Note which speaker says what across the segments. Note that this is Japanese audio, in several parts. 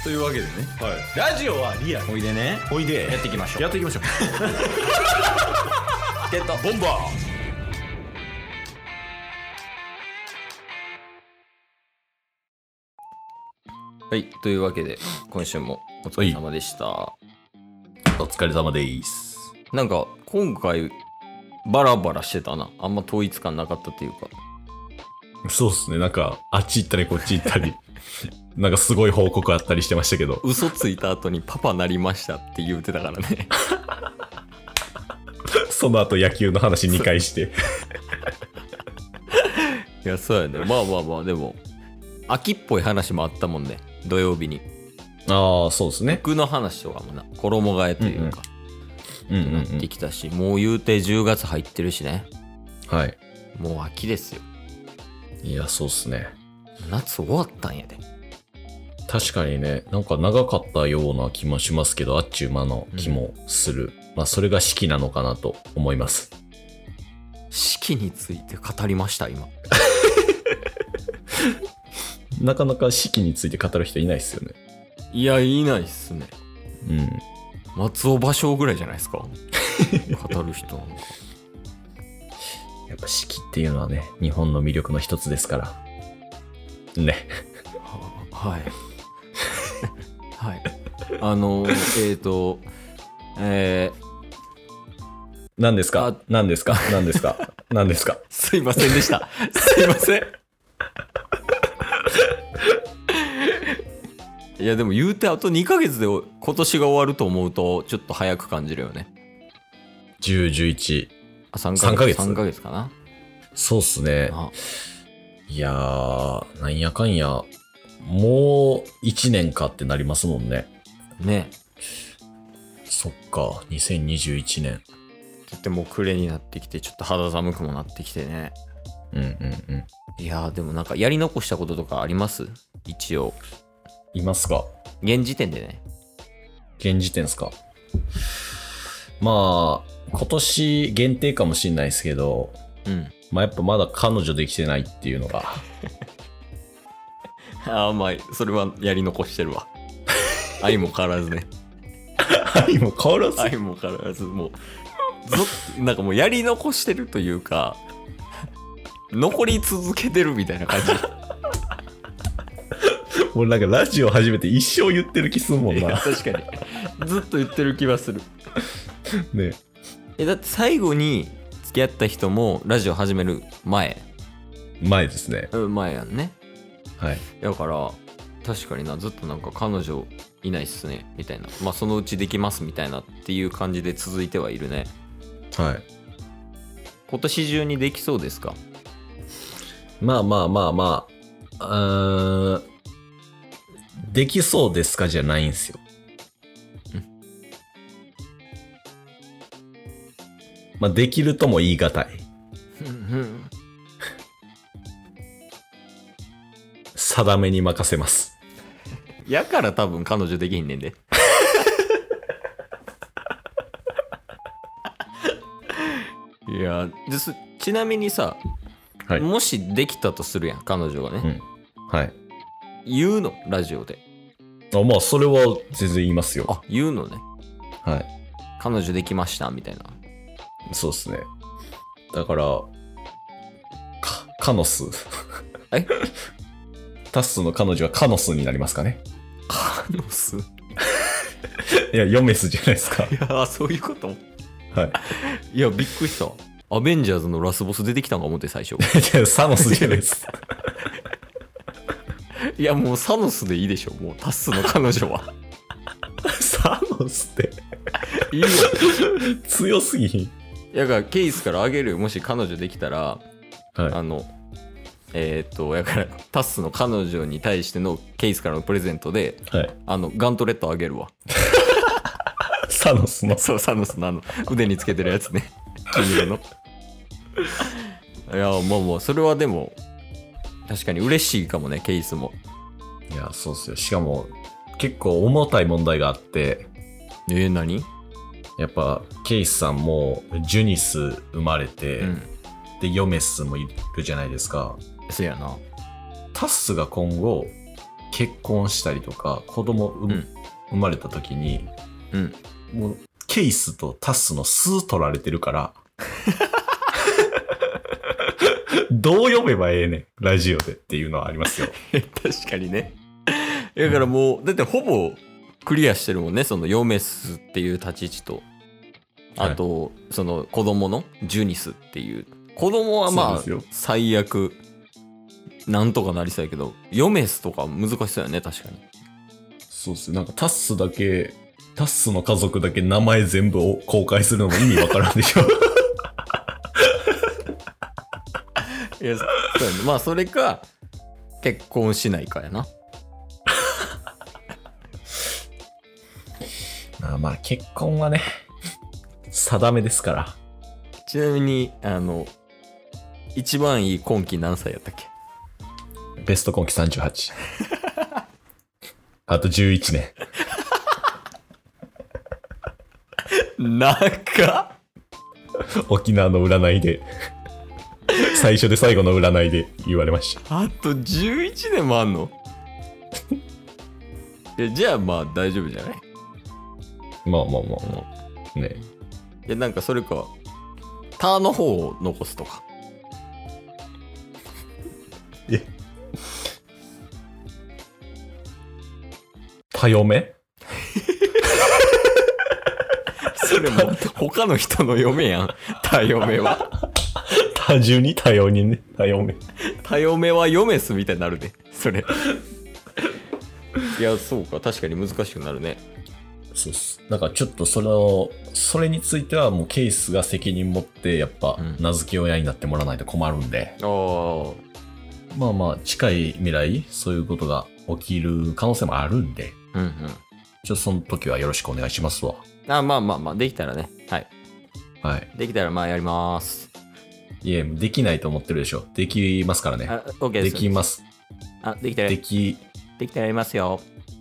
Speaker 1: というわけでね、
Speaker 2: はい、ラジオはリアル。
Speaker 1: おいでね、
Speaker 2: おいで
Speaker 1: やっていきましょう。
Speaker 2: やっていきましょう
Speaker 1: ゲット
Speaker 2: ボンバ
Speaker 1: ー。はい、というわけで今週もお疲れ様でした。
Speaker 2: お疲れ様です。
Speaker 1: なんか今回バラバラしてたな。あんま統一感なかったっていうか。
Speaker 2: そうっすね、なんかあっち行ったりこっち行ったりなんかすごい報告あったりしてましたけど、
Speaker 1: 嘘ついた後にパパなりましたって言うてたからね
Speaker 2: その後野球の話2回して
Speaker 1: いやそうやね。まあでも秋っぽい話もあったもんね、土曜日に。
Speaker 2: ああ、そうですね。
Speaker 1: 服の話とかもな、衣替えというか、なってきたし、もう言うて10月入ってるしね。
Speaker 2: はい。
Speaker 1: もう秋ですよ。
Speaker 2: いや、そうっすね。
Speaker 1: 夏終わったんやで。
Speaker 2: 確かにね、なんか長かったような気もしますけど、あっちゅう間の気もする。まあ、それが四季なのかなと思います。
Speaker 1: 四季について語りました、今。
Speaker 2: なかなか四季について語る人いないっすよね。
Speaker 1: いや、いないっすね。
Speaker 2: うん。
Speaker 1: 松尾芭蕉ぐらいじゃないですか。語る人なんか。
Speaker 2: やっぱ四季っていうのはね、日本の魅力の一つですから。ね。
Speaker 1: はい。はい。
Speaker 2: 何ですか何ですか何ですか何ですか
Speaker 1: すいませんでした。すいません。いやでも言うてあと2ヶ月で今年が終わると思うとちょっと早く感じるよね。
Speaker 2: 10、11。
Speaker 1: 3ヶ月かな。
Speaker 2: そうっすね。いやー、なんやかんや、もう1年かってなりますもんね。
Speaker 1: ね。
Speaker 2: そっか、2021年。
Speaker 1: とっても暮れになってきて、ちょっと肌寒くもなってきてね。いやーでもなんかやり残したこととかあります？一応。
Speaker 2: いますか？
Speaker 1: 現時点でね。
Speaker 2: 現時点ですか？まあ、今年限定かもしんないですけど、まあやっぱまだ彼女できてないっていうのが。
Speaker 1: ああ、まあ、それはやり残してるわ。愛も変わらずね。
Speaker 2: 愛も変わらず
Speaker 1: 愛も変わらず、もう、なんかもうやり残してるというか、残り続けてるみたいな感じ。
Speaker 2: 俺なんかラジオ始めて一生言ってる気するもんな。
Speaker 1: 確かに。ずっと言ってる気はする。
Speaker 2: ね
Speaker 1: だって最後に付き合った人もラジオ始める前
Speaker 2: ですね。
Speaker 1: 前やんね。
Speaker 2: はい。
Speaker 1: だから確かにな、ずっとなんか彼女いないっすねみたいな、まあそのうちできますみたいなっていう感じで続いてはいるね。
Speaker 2: はい。
Speaker 1: 今年中にできそうですか？
Speaker 2: まあ、できそうですかじゃないんすよ。まあ、できるとも言い難い。定めに任せます。
Speaker 1: やから多分彼女できひんねんで。いやちなみにさ、はい、もしできたとするやん、彼女がね、
Speaker 2: はい、
Speaker 1: 言うのラジオで。
Speaker 2: まあそれは全然言いますよ。
Speaker 1: 言うのね。
Speaker 2: はい。
Speaker 1: 彼女できましたみたいな。
Speaker 2: そうですね。だからカノスタッスの彼女はカノスになりますかね。
Speaker 1: カノス
Speaker 2: いやヨメスじゃないですか。
Speaker 1: いやそういうこと。
Speaker 2: はい。
Speaker 1: いやびっくりした。アベンジャーズのラスボス出てきたんか思って最初。
Speaker 2: サノスじゃないです。
Speaker 1: いやもうサノスでいいでしょ、もうタスの彼女は。
Speaker 2: サノスって
Speaker 1: いいよ。
Speaker 2: 強すぎひん。い
Speaker 1: やからケースからあげるよ、もし彼女できたら。
Speaker 2: はい、
Speaker 1: やからタスの彼女に対してのケースからのプレゼントで、
Speaker 2: はい、
Speaker 1: ガントレットあげるわ。
Speaker 2: サノスの。
Speaker 1: そう、サノスの腕につけてるやつね。金色の。いやもうそれはでも確かに嬉しいかもね、ケースも。
Speaker 2: いやそうっすよ。しかも結構重たい問題があって。
Speaker 1: 何？
Speaker 2: やっぱケイスさんもジュニス生まれて、でヨメスもいるじゃないですか。
Speaker 1: そうやな。
Speaker 2: タッスが今後結婚したりとか子供生まれた時に、もうケースとタスの数取られてるからどう読めばええねんラジオでっていうのはありますよ。
Speaker 1: 確かにね。だからもうだってほぼクリアしてるもんね、そのヨメスっていう立ち位置と、あと、その子供のジュニスっていう。子供はまあ最悪なんとかなりそうやけど、ヨメスとか難しそうやね、確かに。
Speaker 2: そうっす。なんかタッスの家族だけ名前全部を公開するのも意味わからんでしょ。
Speaker 1: いや、そうやね。まあそれか結婚しないかやな。
Speaker 2: まあ結婚はね定めですから。
Speaker 1: ちなみに一番いい今期何歳やったっけ？
Speaker 2: ベスト今期38。あと11年。
Speaker 1: 長っ。
Speaker 2: 沖縄の占いで最初で最後の占いで言われました。
Speaker 1: あと11年もあんの？じゃあまあ大丈夫じゃない？
Speaker 2: まあね。
Speaker 1: なんかそれかターの方を残すとか。
Speaker 2: 多嫁？
Speaker 1: それも他の人の嫁やん。多嫁は。
Speaker 2: 多重に多様にね。多嫁。
Speaker 1: 多嫁は嫁すみたいになるで。それ。いや、そうか。確かに難しくなるね。
Speaker 2: そうっす。だからちょっとそれについてはもうケースが責任持ってやっぱ名付け親になってもらわないと困るんで。まあ近い未来そういうことが起きる可能性もあるんで。その時はよろしくお願いしますわ。
Speaker 1: まあできたらね。はい。できたらまあやります。
Speaker 2: いえ、できないと思ってるでしょ。できますからね。
Speaker 1: OK です。
Speaker 2: できます。
Speaker 1: できたらできたらやりますよ。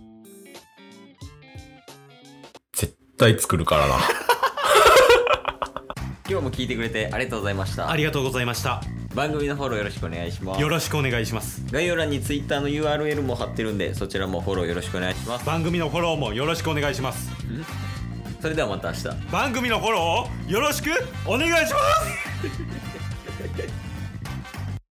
Speaker 2: 絶対作るからな。
Speaker 1: 今日も聞いてくれてありがとうございました。
Speaker 3: ありがとうございました。
Speaker 1: 番組のフォローよろしくお願いします。
Speaker 3: よろしくお願いします。
Speaker 1: 概要欄に Twitter の URL も貼ってるんで、そちらもフォローよろしくお願いします。
Speaker 3: 番組のフォローもよろしくお願いします。
Speaker 1: それではまた明日。
Speaker 3: 番組のフォローをよろしくお願いします。